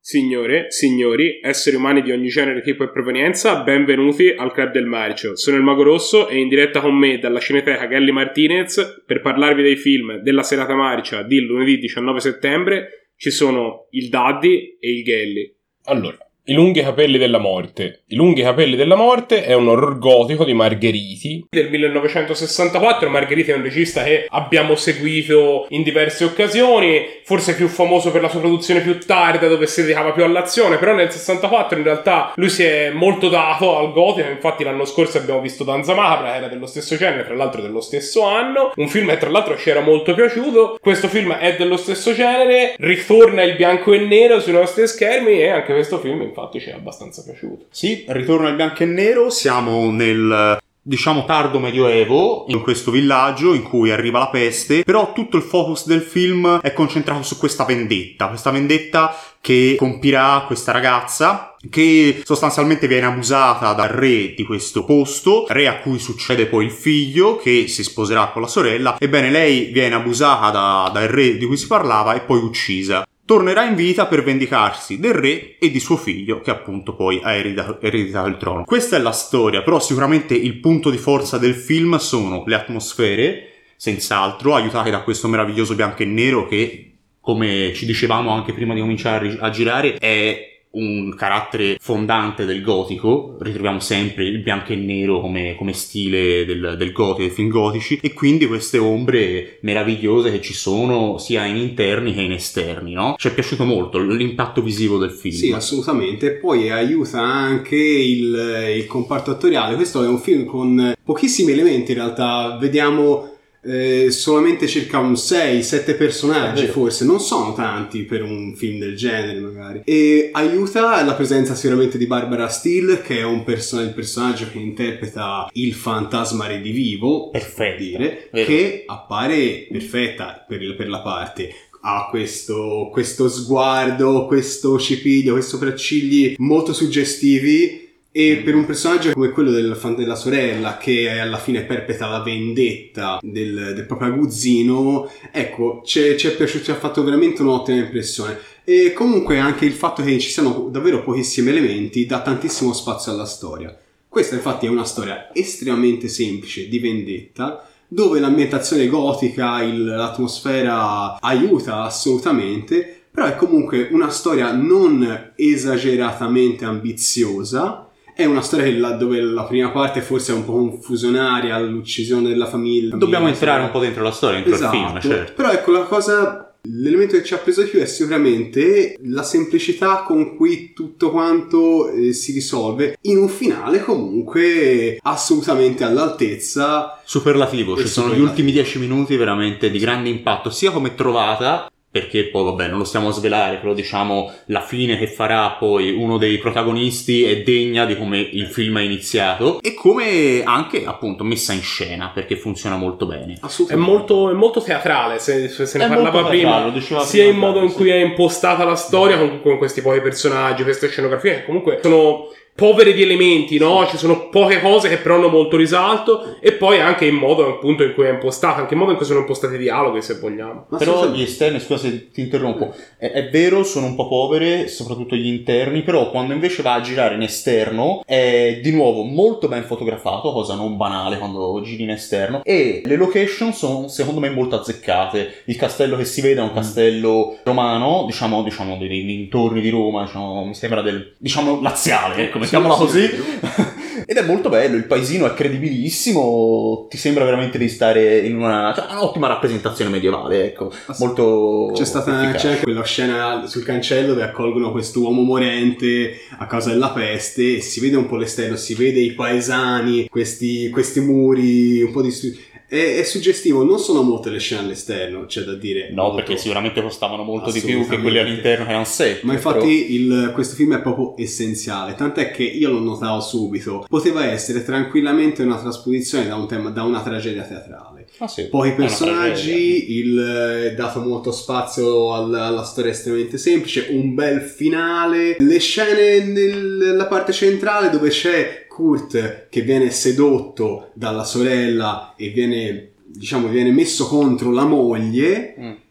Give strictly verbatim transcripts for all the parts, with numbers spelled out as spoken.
Signore, signori, esseri umani di ogni genere, tipo e provenienza, benvenuti al Club del Marcio. Sono il Mago Rosso e in diretta con me dalla Cineteca Gelli Martinez per parlarvi dei film della serata marcia di lunedì diciannove settembre ci sono il Daddy e il Gelli. Allora, I lunghi capelli della morte. I lunghi capelli della morte è un horror gotico di Margheriti del millenovecentosessantaquattro. Margheriti è un regista che abbiamo seguito in diverse occasioni, forse più famoso per la sua produzione più tarda dove si dedicava più all'azione, però nel sessantaquattro in realtà lui si è molto dato al gotico. Infatti l'anno scorso abbiamo visto Danza Macabra, che era dello stesso genere, tra l'altro dello stesso anno, un film che tra l'altro ci era molto piaciuto. Questo film è dello stesso genere, ritorna il bianco e nero sui nostri schermi e anche questo film infatti ci è abbastanza piaciuto. Sì, ritorna il bianco e nero, siamo nel, diciamo, tardo medioevo, in questo villaggio in cui arriva la peste, però tutto il focus del film è concentrato su questa vendetta, questa vendetta che compirà questa ragazza che sostanzialmente viene abusata dal re di questo posto, re a cui succede poi il figlio che si sposerà con la sorella. Ebbene, lei viene abusata da, dal re di cui si parlava e poi uccisa. Tornerà in vita per vendicarsi del re e di suo figlio, che appunto poi ha ereditato, ereditato il trono. Questa è la storia, però sicuramente il punto di forza del film sono le atmosfere, senz'altro, aiutate da questo meraviglioso bianco e nero che, come ci dicevamo anche prima di cominciare a girare, è un carattere fondante del gotico. Ritroviamo sempre il bianco e nero come, come stile del, del gotico, dei film gotici, e quindi queste ombre meravigliose che ci sono sia in interni che in esterni, no? Ci è piaciuto molto l'impatto visivo del film. Sì, assolutamente. Poi aiuta anche il, il comparto attoriale. Questo è un film con pochissimi elementi in realtà. Vediamo Eh, solamente circa un sei sette personaggi, forse non sono tanti per un film del genere magari, e aiuta la presenza sicuramente di Barbara Steele, che è un person- il personaggio che interpreta il fantasma redivivo, perfetto, dire, vero, che appare perfetta per, il, per la parte. Ha questo, questo sguardo, questo cipiglio, questi sopraccigli molto suggestivi. E per un personaggio come quello del, della sorella, che alla fine perpetra la vendetta del, del proprio aguzzino, ecco, ci è piaciuto, ci ha fatto veramente un'ottima impressione. E comunque anche il fatto che ci siano davvero pochissimi elementi dà tantissimo spazio alla storia. Questa infatti è una storia estremamente semplice di vendetta, dove l'ambientazione gotica, il, l'atmosfera aiuta assolutamente, però è comunque una storia non esageratamente ambiziosa. È una storia dove la prima parte forse è un po' confusionaria, l'uccisione della famiglia. Dobbiamo entrare un po' dentro la storia, dentro esatto. il film, certo. Però ecco, la cosa, l'elemento che ci ha preso di più è sicuramente la semplicità con cui tutto quanto eh, si risolve in un finale comunque assolutamente all'altezza. Superlativo, ci sono gli ultimi dieci minuti veramente di grande impatto, sia come trovata, perché poi vabbè non lo stiamo a svelare, però diciamo la fine che farà poi uno dei protagonisti è degna di come il film è iniziato, e come anche appunto messa in scena, perché funziona molto bene. È molto, è molto teatrale, se, se ne è parlava prima, sia prima in modo in cui è impostata la storia, con, con questi pochi personaggi, queste scenografie che comunque sono povere di elementi, no? Ci sono poche cose che però hanno molto risalto, e poi anche in modo appunto in cui è impostata, anche in modo in cui sono impostati i dialoghi, se vogliamo. Ma però gli esterni, scusa se ti interrompo, è, è vero, sono un po' povere, soprattutto gli interni, però quando invece va a girare in esterno è di nuovo molto ben fotografato, cosa non banale quando giri in esterno, e le location sono secondo me molto azzeccate. Il castello che si vede è un castello romano, diciamo, diciamo dei, dei dintorni di Roma, diciamo, mi sembra del, diciamo, laziale, ecco, mettiamola sì, così. Sì. Ed è molto bello, il paesino è credibilissimo, ti sembra veramente di stare in una, cioè, un'ottima rappresentazione medievale, ecco, molto c'è stata c'è anche quella scena sul cancello dove accolgono quest'uomo morente a causa della peste, e si vede un po' l'esterno, si vede i paesani, questi, questi muri un po' di... È, è suggestivo. Non sono molte le scene all'esterno, c'è da dire. No, molto. perché sicuramente costavano molto di più che quelli all'interno, che erano set. Ma infatti il, questo film è proprio essenziale, tant'è che io lo notavo subito. Poteva essere tranquillamente una trasposizione da un tema, da una tragedia teatrale. Ah, sì. Pochi personaggi, il dato molto spazio alla, alla storia estremamente semplice, un bel finale, le scene nella parte centrale dove c'è Kurt che viene sedotto dalla sorella e viene, diciamo, viene messo contro la moglie. Mm.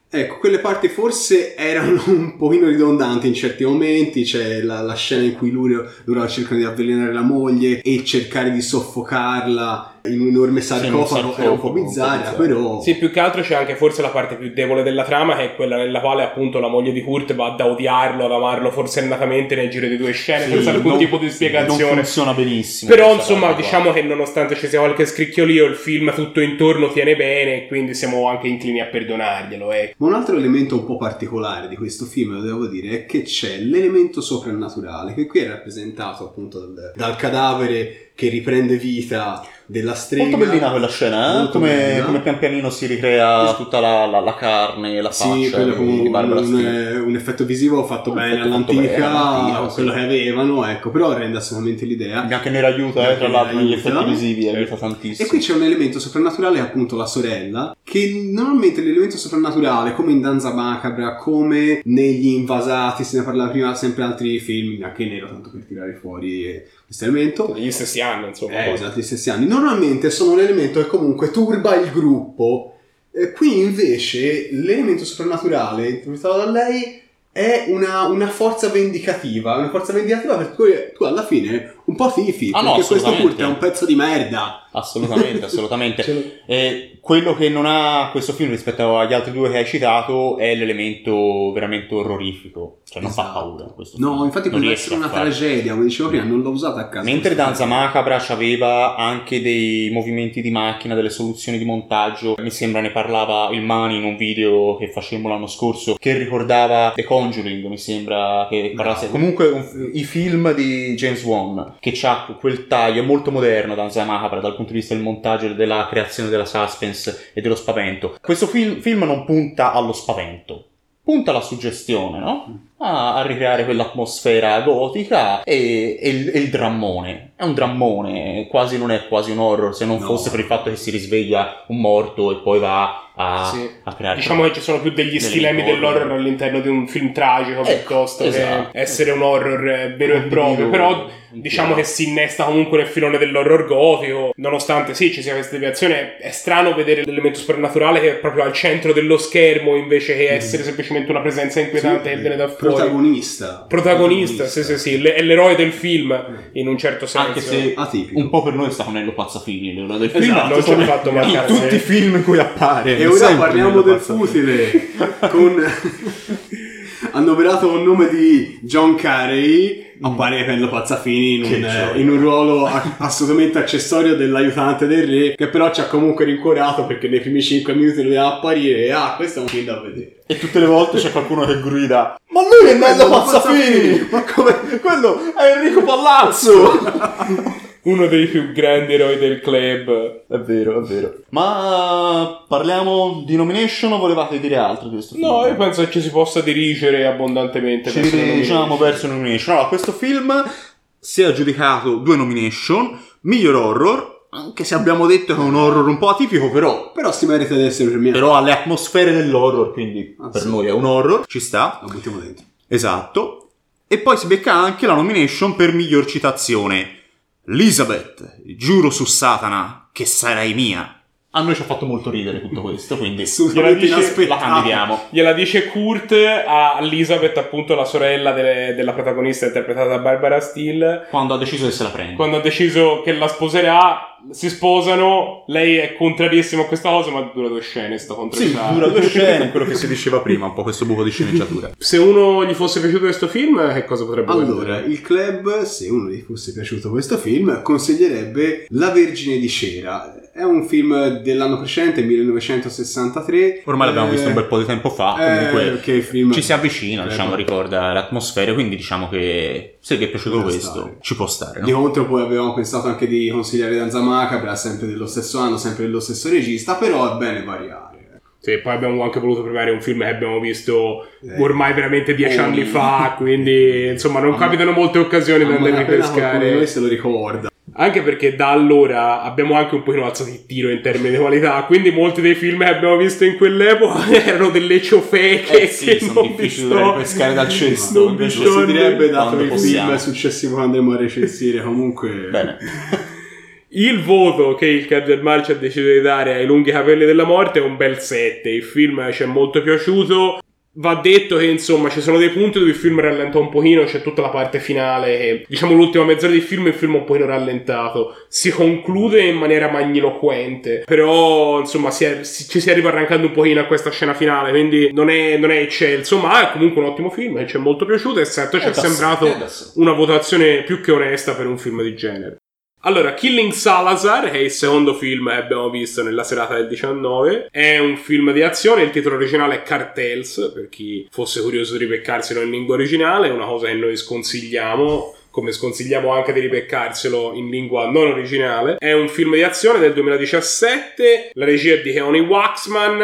Ecco, quelle parti forse erano un pochino ridondanti in certi momenti. C'è la, la scena in cui lui, loro cercano di avvelenare la moglie e cercare di soffocarla in un enorme sarcofago, sì, era un po' bizzarra, però... Sì, più che altro c'è anche forse la parte più debole della trama, che è quella nella quale appunto la moglie di Kurt va da odiarlo, ad amarlo forsennatamente nel giro di due scene, Sì, senza alcun non- tipo di spiegazione. Non funziona benissimo. Però questa insomma cosa qua. diciamo che nonostante ci sia qualche scricchiolio, il film tutto intorno tiene bene e quindi siamo anche inclini a perdonarglielo. Eh. Ma un altro elemento un po' particolare di questo film, lo devo dire, è che c'è l'elemento soprannaturale, che qui è rappresentato appunto dal, dal cadavere che riprende vita della strega. Molto bellina quella scena, eh? Molto come, bella. come pian pianino si ricrea tutta la, la, la carne, la Sì, faccia quello di, con di Barbara un, Steele. un effetto visivo fatto Un bene effetto fatto all'antica, bene, all'antica, quello sì. che avevano, ecco, però rende assolutamente l'idea. Il bianco e nero aiuta, eh, Bianco tra e l'altro, nero negli aiuta. effetti visivi, Certo. aiuta tantissimo. E qui c'è un elemento soprannaturale, appunto la sorella, che normalmente l'elemento soprannaturale, come in Danza Macabra, come negli Invasati, se ne parlava prima, sempre altri film, anche nero, tanto per tirare fuori eh, questo elemento. Negli stessi anni, insomma. Eh, esatto, gli stessi anni. Normalmente sono un elemento che comunque turba il gruppo. Eh, qui invece l'elemento soprannaturale interpretato da lei è una, una forza vendicativa. Una forza vendicativa per cui tu alla fine un po' tifi. Ah, no, perché questo assolutamente. Kurt è un pezzo di merda. Assolutamente, assolutamente. Ce lo- E quello che non ha questo film rispetto agli altri due che hai citato è l'elemento veramente orrorifico. Cioè non fa Esatto. paura questo No, film. infatti Non poteva riesce essere a una farlo. tragedia, come dicevo prima, non l'ho usata a caso. Mentre questa Danza cosa. Macabra c'aveva anche dei movimenti di macchina, delle soluzioni di montaggio. Mi sembra ne parlava il Mani in un video che facemmo l'anno scorso, che ricordava The Conjuring, mi sembra che parlasse. Comunque un- i film di James Wan, che c'ha quel taglio, è molto moderno Danza Macabra dal punto di vista del montaggio, della creazione della suspense e dello spavento. Questo film, film non punta allo spavento, punta alla suggestione, no? A, a ricreare quell'atmosfera gotica e, e il, e il drammone. È un drammone, quasi non è quasi un horror, se non No. fosse per il fatto che si risveglia un morto e poi va a, Sì. a creare... Diciamo che ci sono più degli delle stilemi horror. dell'horror all'interno di un film tragico Ecco, piuttosto esatto. che essere un horror eh, vero e Un proprio. video Però in diciamo piano. che si innesta comunque nel filone dell'horror gotico. Nonostante sì ci sia questa deviazione, è strano vedere l'elemento soprannaturale che è proprio al centro dello schermo invece che essere semplicemente una presenza inquietante che viene da fuori. Protagonista. Protagonista, sì sì sì, le- è l'eroe del film in un certo senso. Anche se Atipico. un po' per noi sta Nello Pazzafini, l'eroe del film. Esatto, non ci ha fatto in mancare. tutti i film in cui appare. E ora sempre parliamo Nello del Pazzafini. futile con annoverato un nome di John Carey, appare Nello Pazzafini in Che un, gioia. in un ruolo a- assolutamente accessorio dell'aiutante del re, che però ci ha comunque rincuorato perché nei primi cinque minuti doveva apparire e ah, questo è un film da vedere. E tutte le volte c'è qualcuno che grida: ma lui è Nello Pazzafini! Ma come? Quello è Enrico Palazzo! Uno dei più grandi eroi del club. È vero, è vero. Ma parliamo di nomination o volevate dire altro di questo film? No, io penso che ci si possa dirigere abbondantemente Ci verso le dirigiamo nomination. verso nomination. Allora, questo film Si è aggiudicato due nomination, miglior horror, anche se abbiamo detto che è un horror un po' atipico, però, Però si merita di essere premiato. però ha le atmosfere dell'horror, quindi Ah, per sì. noi è un horror. ci sta. La buttiamo dentro. Esatto. E poi si becca anche la nomination per miglior citazione. Elizabeth, giuro su Satana che sarai mia. A noi ci ha fatto molto ridere tutto questo, quindi Assolutamente Gliela dice- la inaspettato. candidiamo. Gliela dice Kurt a Elizabeth, appunto la sorella delle- della protagonista interpretata da Barbara Steele. Quando ha deciso che se la prende. Quando ha deciso che la sposerà, si sposano, lei è contrarissima a questa cosa, ma dura due scene sta Sì, contrarietà. dura due scene, quello che si diceva prima, un po' questo buco di sceneggiatura. Se uno gli fosse piaciuto questo film, che cosa potrebbe Allora, vedere? il club, se uno gli fosse piaciuto questo film, consiglierebbe La Vergine di Cera. È un film dell'anno precedente, millenovecentosessantatré. Ormai l'abbiamo Eh, visto un bel po' di tempo fa, eh, comunque che il film ci si avvicina, Eh, diciamo, ma- ricorda le atmosfere, quindi diciamo che se vi è piaciuto Può questo, stare. ci può stare, Di no? contro poi avevamo pensato anche di consigliare Danza Macabra, sempre dello stesso anno, sempre dello stesso regista, però è bene variare. Sì, poi abbiamo anche voluto premiare un film che abbiamo visto Eh. ormai veramente dieci Oh. anni fa, quindi insomma non capitano molte occasioni per Ma andare a appena qualcuno di pescare. noi se lo ricorda. Anche perché da allora abbiamo anche un pochino alzato il tiro in termini di qualità, quindi molti dei film che abbiamo visto in quell'epoca erano delle ciofeche Eh sì, che sono non difficili vi da sto- ripescare dal cesto, non invece vi Si sto- direbbe dato quando il possiamo. film successivo che andremo a recensire, comunque Bene. Il voto che il Cardinal March ha deciso di dare ai Lunghi capelli della morte è un bel sette. Il film ci è molto piaciuto. Va detto che insomma ci sono dei punti dove il film rallenta un pochino, c'è tutta la parte finale che, diciamo l'ultima mezz'ora di film, il film è un pochino rallentato, si conclude in maniera magniloquente, però insomma si è, si, ci si arriva arrancando un pochino a questa scena finale, quindi non è, non è eccelso, ma è comunque un ottimo film che ci è molto piaciuto e certo ci è, è sembrato sé, una votazione più che onesta per un film di genere. Allora, Killing Salazar, che è il secondo film che abbiamo visto nella serata del diciannove, è un film di azione, il titolo originale è Cartels, per chi fosse curioso di ripeccarselo in lingua originale, è una cosa che noi sconsigliamo, come sconsigliamo anche di ripeccarselo in lingua non originale. È un film di azione del duemiladiciassette, la regia è di Keone Waxman,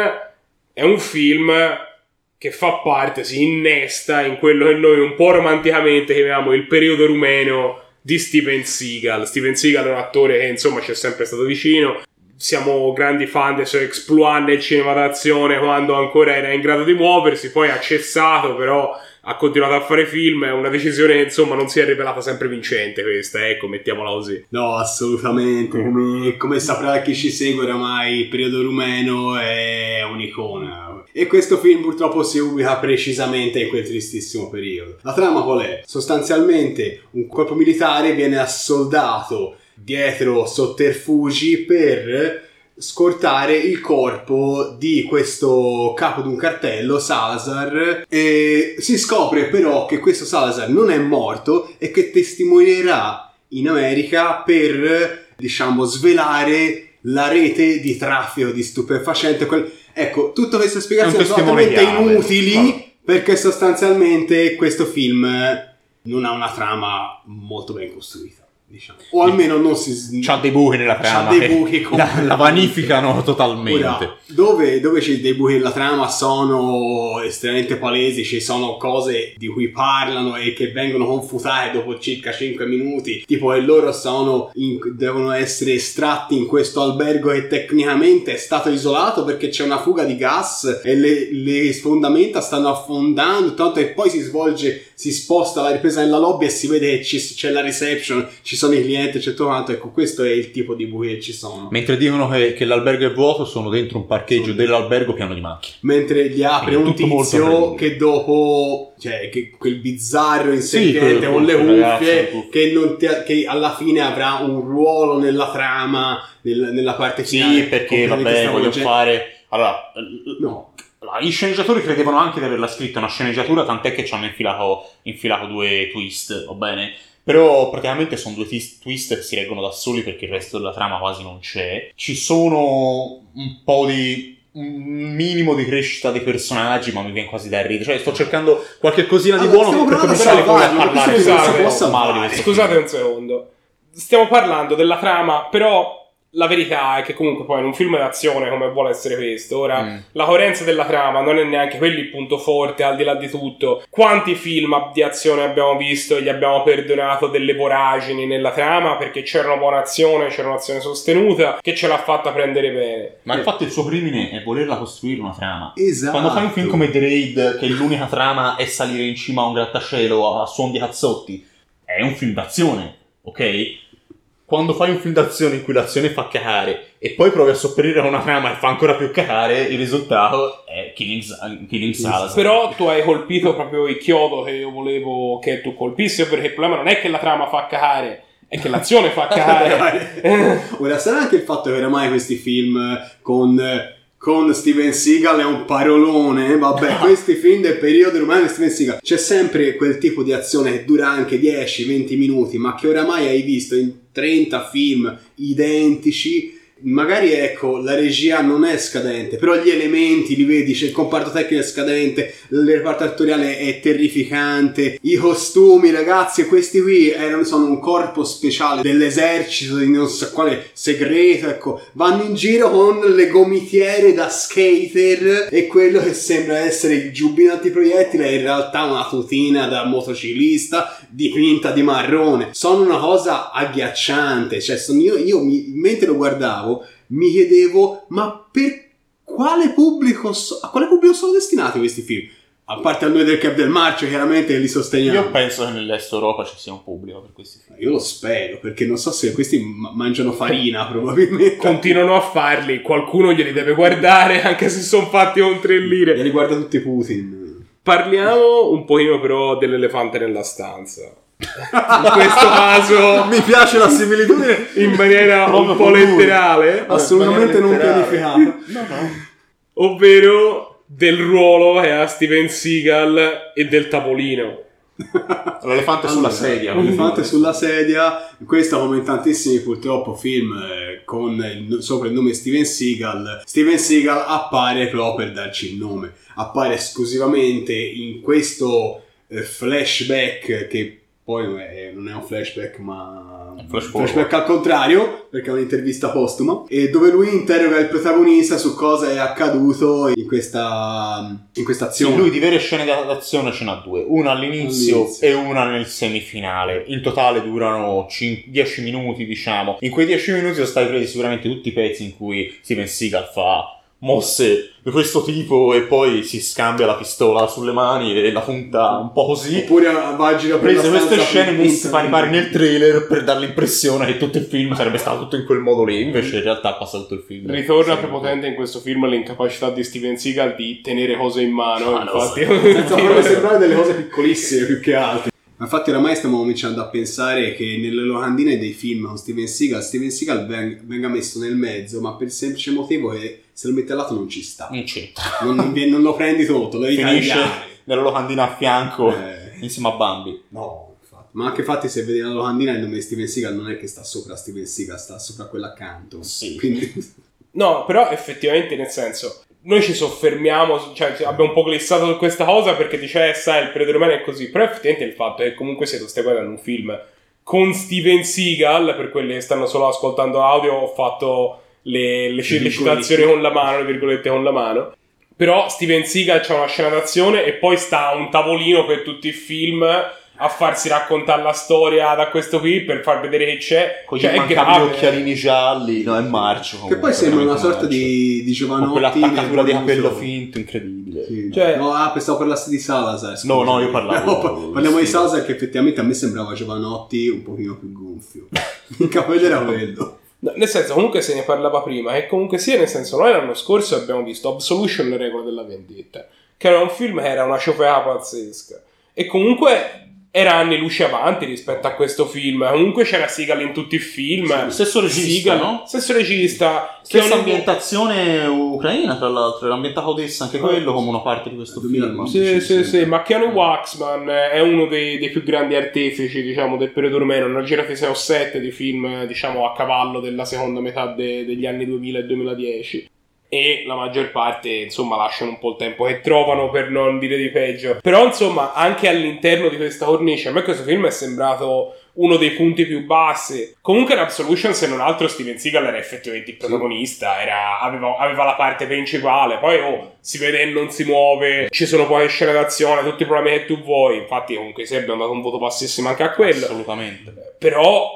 è un film che fa parte, si innesta in quello che noi un po' romanticamente chiamiamo il periodo rumeno di Steven Seagal. Steven Seagal è un attore che insomma ci è sempre stato vicino, siamo grandi fan dei suoi exploit nel cinema d'azione quando ancora era in grado di muoversi, poi ha cessato, però ha continuato a fare film, è una decisione che insomma non si è rivelata sempre vincente questa, ecco, mettiamola così. No, assolutamente, come, come saprà chi ci segue oramai il periodo rumeno è un'icona. E questo film purtroppo si ubica precisamente in quel tristissimo periodo. La trama qual è? Sostanzialmente un corpo militare viene assoldato dietro sotterfugi per scortare il corpo di questo capo di un cartello, Salazar, e si scopre però che questo Salazar non è morto e che testimonierà in America per, diciamo, svelare la rete di traffico di stupefacente. Quel... Ecco, tutte queste spiegazioni sono totalmente inutili, no, perché sostanzialmente questo film non ha una trama molto ben costruita, diciamo. O almeno non si... C'ha dei buchi nella trama. C'ha dei buchi come... la, la vanificano totalmente. Ora, dove, dove c'è dei buchi nella trama sono estremamente palesi, ci sono cose di cui parlano e che vengono confutate dopo circa cinque minuti, tipo che loro sono in, devono essere estratti in questo albergo che tecnicamente è stato isolato perché c'è una fuga di gas e le, le fondamenta stanno affondando, tanto che poi si svolge, si sposta la ripresa nella lobby e si vede che ci, c'è la reception, ci sono i clienti, c'è tutto quanto. Ecco, questo è il tipo di buchi che ci sono. Mentre dicono che, che l'albergo è vuoto, sono dentro un parcheggio sì. dell'albergo pieno di macchine. Mentre gli apre un tizio che dopo, cioè, che quel bizzarro inserviente sì, con le cuffie, che, non ti, che alla fine avrà un ruolo nella trama, nel, nella parte finale. Sì, perché vabbè, voglio fare... Allora, no. Gli sceneggiatori credevano anche di averla scritta una sceneggiatura, tant'è che ci hanno infilato, infilato due twist, va bene? Però praticamente sono due twist, twist che si reggono da soli perché il resto della trama quasi non c'è. Ci sono un po' di... un minimo di crescita dei personaggi, ma mi viene quasi da ridere. Cioè sto cercando qualche cosina di allora, buono per cominciare poi a parlare. Scusate, scusate un secondo. Stiamo parlando della trama, però... La verità è che comunque poi in un film d'azione come vuole essere questo, ora mm. la coerenza della trama non è neanche quello il punto forte, al di là di tutto. Quanti film di azione abbiamo visto e gli abbiamo perdonato delle voragini nella trama perché c'era una buona azione, c'era un'azione sostenuta che ce l'ha fatta prendere bene. Ma infatti il suo crimine è volerla costruire una trama. Esatto. Quando fai un film come The Raid, che l'unica trama è salire in cima a un grattacielo a suon di cazzotti, è un film d'azione, ok? Quando fai un film d'azione in cui l'azione fa cacare e poi provi a sopperire a una trama e fa ancora più cacare, il risultato è Killing, Killing Salazar. Però tu hai colpito proprio il chiodo che io volevo che tu colpissi, perché il problema non è che la trama fa cacare, è che l'azione fa cacare. Ora sarà anche il fatto che oramai questi film con... con Steven Seagal è un parolone, vabbè, questi film del periodo romano di Steven Seagal, c'è sempre quel tipo di azione che dura anche dieci venti minuti, ma che oramai hai visto in trenta film identici. Magari ecco, la regia non è scadente, però gli elementi li vedi, c'è il comparto tecnico è scadente, il reparto attoriale è terrificante, i costumi, ragazzi, questi qui erano, sono un corpo speciale dell'esercito di non so quale segreto, ecco, vanno in giro con le gomitiere da skater e quello che sembra essere il giubbino antiproiettile è in realtà una tutina da motociclista dipinta di marrone. Sono una cosa agghiacciante, cioè sono io, io mi, mentre lo guardavo mi chiedevo, ma per quale pubblico so- a quale pubblico sono destinati questi film? A parte a noi del Cap del Marcio, chiaramente li sosteniamo. Io penso che nell'est Europa ci sia un pubblico per questi film. Io lo spero, perché non so se questi ma- mangiano farina, probabilmente. Continuano a farli, qualcuno glieli deve guardare, anche se sono fatti con tre lire. E li guarda tutti Putin. Parliamo un pochino però dell'elefante nella stanza. In questo caso Mi piace la similitudine. in maniera un po' letterale, Assolutamente non pianificata. No, no. ovvero del ruolo che ha Steven Seagal e del tavolino. L'elefante sulla sedia. L'elefante sulla sedia. Questo, come in tantissimi purtroppo film eh, con il, sopra il nome Steven Seagal, Steven Seagal appare proprio per darci il nome. Appare esclusivamente in questo eh, flashback, che poi non è, non è un flashback ma un Flash flashback al contrario, perché è un'intervista postuma, e dove lui interroga il protagonista su cosa è accaduto in questa in questa azione. Sì, lui di vere scene d'azione ce n'ha due, una all'inizio, All'inizio. e una nel semifinale. In totale durano dieci minuti, diciamo. In quei dieci minuti sono stati presi sicuramente tutti i pezzi in cui Steven Seagal fa mosse di questo tipo e poi si scambia la pistola sulle mani e la punta un po' così. Oppure va a girare per Prese la queste stanza scene con messe punta pari di- pari nel trailer per dare l'impressione che tutto il film sarebbe stato tutto in quel modo lì, invece in realtà passa tutto il film. Ritorna Sì. prepotente in questo film l'incapacità di Steven Seagal di tenere cose in mano. Ah, no, infatti, Senza farle sembrare delle cose piccolissime più che altro. Ma infatti oramai stiamo cominciando a pensare che nelle locandine dei film con Steven Seagal Steven Seagal veng- venga messo nel mezzo, ma per il semplice motivo che se lo mette al lato non ci sta. Non c'entra. Non, non vi- non lo prendi tutto, lo devi Finisce tagliare. nella locandina a fianco Eh. insieme a Bambi. No, infatti. Ma anche infatti se vedi la locandina il nome di Steven Seagal non è che sta sopra Steven Seagal, sta sopra quella accanto. Sì. Quindi No, però effettivamente, nel senso, noi ci soffermiamo, su- cioè abbiamo un po' glissato su questa cosa perché dice, eh sai, il periodo romano è così, però effettivamente il fatto è che comunque se tu stai guardando un film con Steven Seagal, per quelli che stanno solo ascoltando audio, ho fatto le, le, ci- le citazioni con la mano, le virgolette con la mano, però Steven Seagal c'ha una scena d'azione e poi sta a un tavolino per tutti i film a farsi raccontare la storia da questo qui per far vedere che c'è, Con gli cioè è immancabili grave. occhialini gialli, no, è marcio. che comunque, poi sembra una veramente sorta marcio. di, di Con Giovanotti quell'attaccatura di nel capello muso. finto, incredibile. Sì. Cioè- no, ah, pensavo parlassi di Salazar. scusa. No, no, io parlavo- No, pa- parliamo di sì. Salazar che effettivamente a me sembrava Giovanotti un pochino più gonfio. Il capello era quello. No, nel senso, comunque se ne parlava prima, e comunque sia, nel senso, noi l'anno scorso abbiamo visto Absolution, le regole della vendetta, che era un film che era una ciofeca pazzesca, e comunque era anni luce avanti rispetto a questo film. Comunque c'era Seagal in tutti i film. Stesso regista, Seagal, no? Stesso regista. Stessa che ogni- ambientazione ucraina, tra l'altro, era ambientato Odessa anche quello come una parte di questo film. duemilaquindici. Sì, sì, sì, ma Keanu Waxman è uno dei, dei più grandi artefici, diciamo, del periodo rumeno. Ne ha girati sei o sette di film, diciamo, a cavallo della seconda metà de- degli anni duemila e duemiladieci. E la maggior parte, insomma, lasciano un po' il tempo che trovano, per non dire di peggio. Però, insomma, anche all'interno di questa cornice, a me questo film è sembrato uno dei punti più bassi. Comunque in Absolution, se non altro, Steven Seagal era effettivamente il protagonista, era, aveva, aveva la parte principale. Poi, oh, si vede e non si muove, ci sono poi scene d'azione, tutti i problemi che tu vuoi. Infatti, comunque, sì, abbiamo dato un voto bassissimo anche a quello. Assolutamente. Però,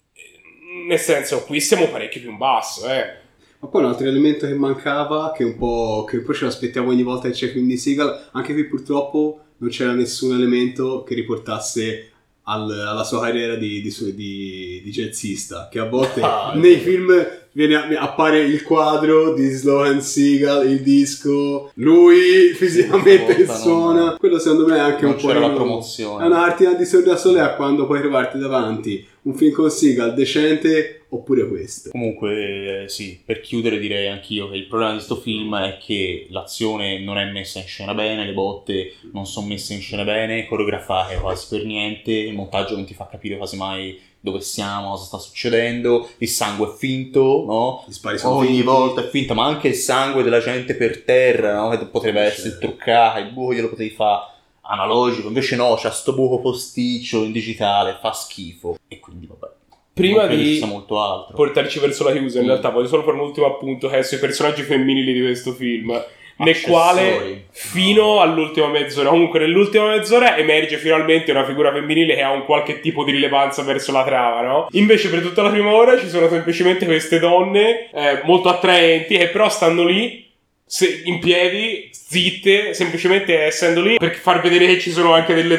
nel senso, qui siamo parecchio più in basso, eh. Ma poi un altro elemento che mancava, che un po', che poi ce l'aspettiamo ogni volta che c'è film di Seagal, anche qui purtroppo non c'era nessun elemento che riportasse al- alla sua carriera di, di, su- di- di jazzista, che a volte Ah, nei film viene, appare il quadro di Sloan Seagal, il disco, lui fisicamente che Volta non- suona. Quello secondo me è anche non un po' c'era la di- promozione. è una artina di soldi da sole a quando puoi trovarti davanti un film con Seagal decente oppure questo. Comunque, eh, sì, per chiudere direi anch'io che il problema di sto film è che l'azione non è messa in scena bene, le botte non sono messe in scena bene, coreografate quasi per niente, il montaggio non ti fa capire quasi mai dove siamo, cosa sta succedendo, il sangue è finto, no? Gli spari sono Ogni finti. volta è finta, ma anche il sangue della gente per terra, no? Che potrebbe essere truccato, il buco glielo potevi fare analogico, invece no, c'ha sto buco posticcio in digitale, fa schifo, e quindi vabbè. Prima Non credo ci di sia molto altro. portarci verso la chiusa, in Mm. realtà voglio solo fare un ultimo appunto che è sui personaggi femminili di questo film, nel Accessori. quale fino all'ultima mezz'ora, comunque nell'ultima mezz'ora emerge finalmente una figura femminile che ha un qualche tipo di rilevanza verso la trama, no? Invece per tutta la prima ora ci sono semplicemente queste donne eh, molto attraenti che però stanno lì se, in piedi, zitte, semplicemente essendo lì per far vedere che ci sono anche delle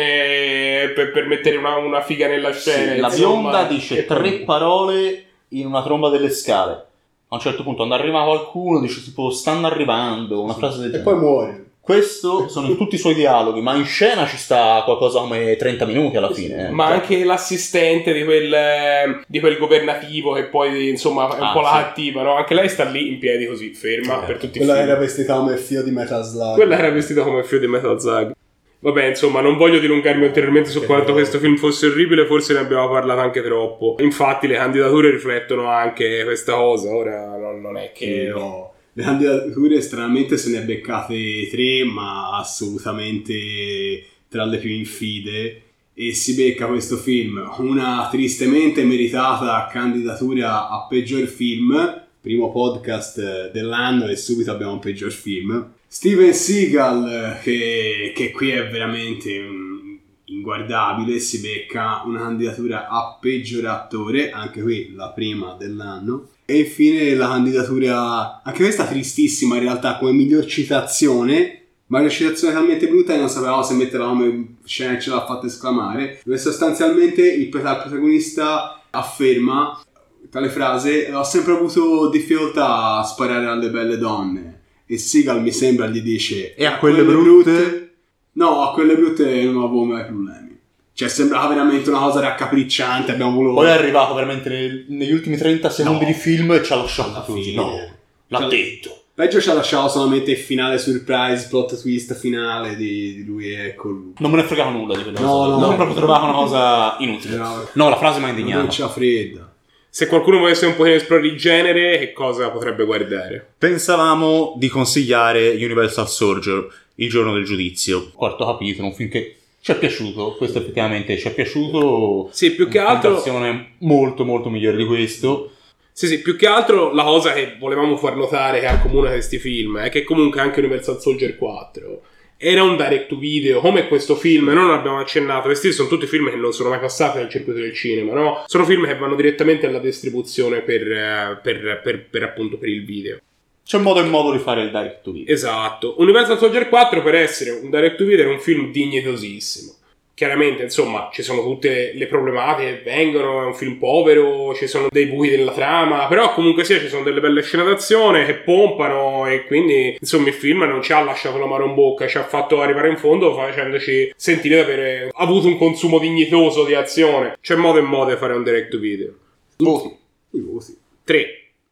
donne, per, per mettere una, una figa nella scena. Sì, la insomma, bionda dice tre parole in una tromba delle scale. A un certo punto, quando arriva qualcuno, dice tipo stanno arrivando, una frase del E genere. poi muore. Questo sono in tutti i suoi dialoghi, ma in scena ci sta qualcosa come trenta minuti alla fine. Eh. Ma anche l'assistente di quel, di quel governativo che poi insomma è un Ah, po' la sì. cattiva, no? Anche lei sta lì in piedi così, ferma Eh, per tutti i Quella film. era vestita come Fio di Metal Slug. Quella era vestita come Fio di Metal Slug. Vabbè, insomma, non voglio dilungarmi ulteriormente su quanto questo film fosse orribile, forse ne abbiamo parlato anche troppo. Infatti le candidature riflettono anche questa cosa, ora non, non è che... Che no. Le candidature stranamente se ne ha beccate tre, ma assolutamente tra le più infide. E si becca questo film una tristemente meritata candidatura a peggior film, primo podcast dell'anno e subito abbiamo un peggior film. Steven Seagal, che, che qui è veramente um, inguardabile, si becca una candidatura a peggior attore, anche qui la prima dell'anno. E infine la candidatura, anche questa tristissima in realtà, come miglior citazione, ma una citazione talmente brutta che non sapevamo se metterla come scena e ce l'ha fatta esclamare, dove sostanzialmente il protagonista afferma tale frase: ho sempre avuto difficoltà a sparare alle belle donne. E Seagal mi sembra gli dice: E a quelle brutte? No, a quelle brutte non avevo mai problemi. Cioè sembrava veramente una cosa raccapricciante, abbiamo voluto... Poi è arrivato veramente nel- negli ultimi trenta secondi No. di film e ci ha lasciato Alla così. fine. No, l'ha Cioè- detto. Peggio ci ha lasciato solamente il finale surprise, plot twist finale di, di lui e Collu. Non me ne fregava nulla di quella No, cosa. no, non no. proprio trovavo una cosa inutile. No. No, la frase mi ha Non indignato. c'ha fredda. Se qualcuno volesse un po' di esplorare il genere, che cosa potrebbe guardare? Pensavamo di consigliare Universal Soldier, Il giorno del giudizio. Quarto capitolo, un film che ci è piaciuto. Questo effettivamente ci è piaciuto. Sì, più che Una altro... versione molto molto migliore di questo. Sì, sì, più che altro la cosa che volevamo far notare che accomuna questi film è che comunque anche Universal Soldier quattro era un direct to video, come questo film, non abbiamo accennato, questi sono tutti film che non sono mai passati nel circuito del cinema, no? Sono film che vanno direttamente alla distribuzione per, eh, per, per, per appunto per il video. C'è modo e modo di fare il direct to video. Esatto. Universal Soldier quattro, per essere un direct to video, era un film dignitosissimo. Chiaramente, insomma, ci sono tutte le problematiche che vengono, è un film povero, ci sono dei buchi della trama, però comunque sia ci sono delle belle scene d'azione che pompano e quindi, insomma, il film non ci ha lasciato l'amaro in bocca, ci ha fatto arrivare in fondo facendoci sentire di avere avuto un consumo dignitoso di azione. C'è modo e modo di fare un direct to video. Voti. I voti. tre.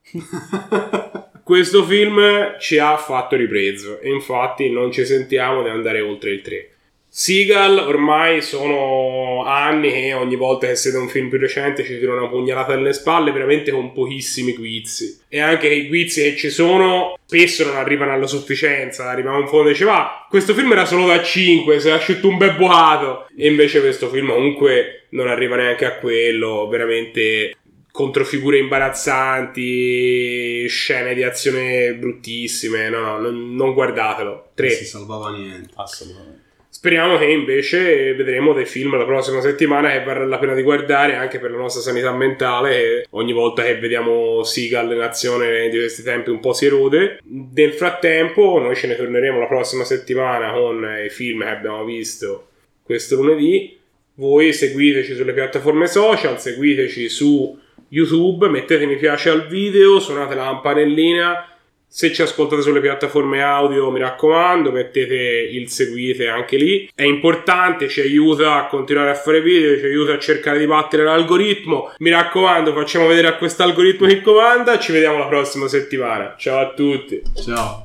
Questo film ci ha fatto ripreso e infatti non ci sentiamo di andare oltre il tre. Seagal ormai sono anni che ogni volta che siete un film più recente ci tira una pugnalata nelle spalle veramente con pochissimi guizzi, e anche i guizzi che ci sono spesso non arrivano alla sufficienza. Arriviamo in fondo e dice ma questo film era solo da cinque, si è asciutto un bel bucato, e invece questo film comunque non arriva neanche a quello. Veramente controfigure imbarazzanti, scene di azione bruttissime. No, no, non, non guardatelo. Non si tre. salvava niente. Assolutamente. Speriamo che invece vedremo dei film la prossima settimana che varrà la pena di guardare anche per la nostra sanità mentale, che ogni volta che vediamo Seagal in azione di questi tempi un po' si erode. Nel frattempo noi ce ne torneremo la prossima settimana con i film che abbiamo visto questo lunedì. Voi seguiteci sulle piattaforme social, seguiteci su YouTube, mettete mi piace al video, suonate la campanellina. Se ci ascoltate sulle piattaforme audio, mi raccomando, mettete il seguite anche lì. È importante, ci aiuta a continuare a fare video, ci aiuta a cercare di battere l'algoritmo. Mi raccomando, facciamo vedere a quest'algoritmo che comanda. Ci vediamo la prossima settimana. Ciao a tutti. Ciao.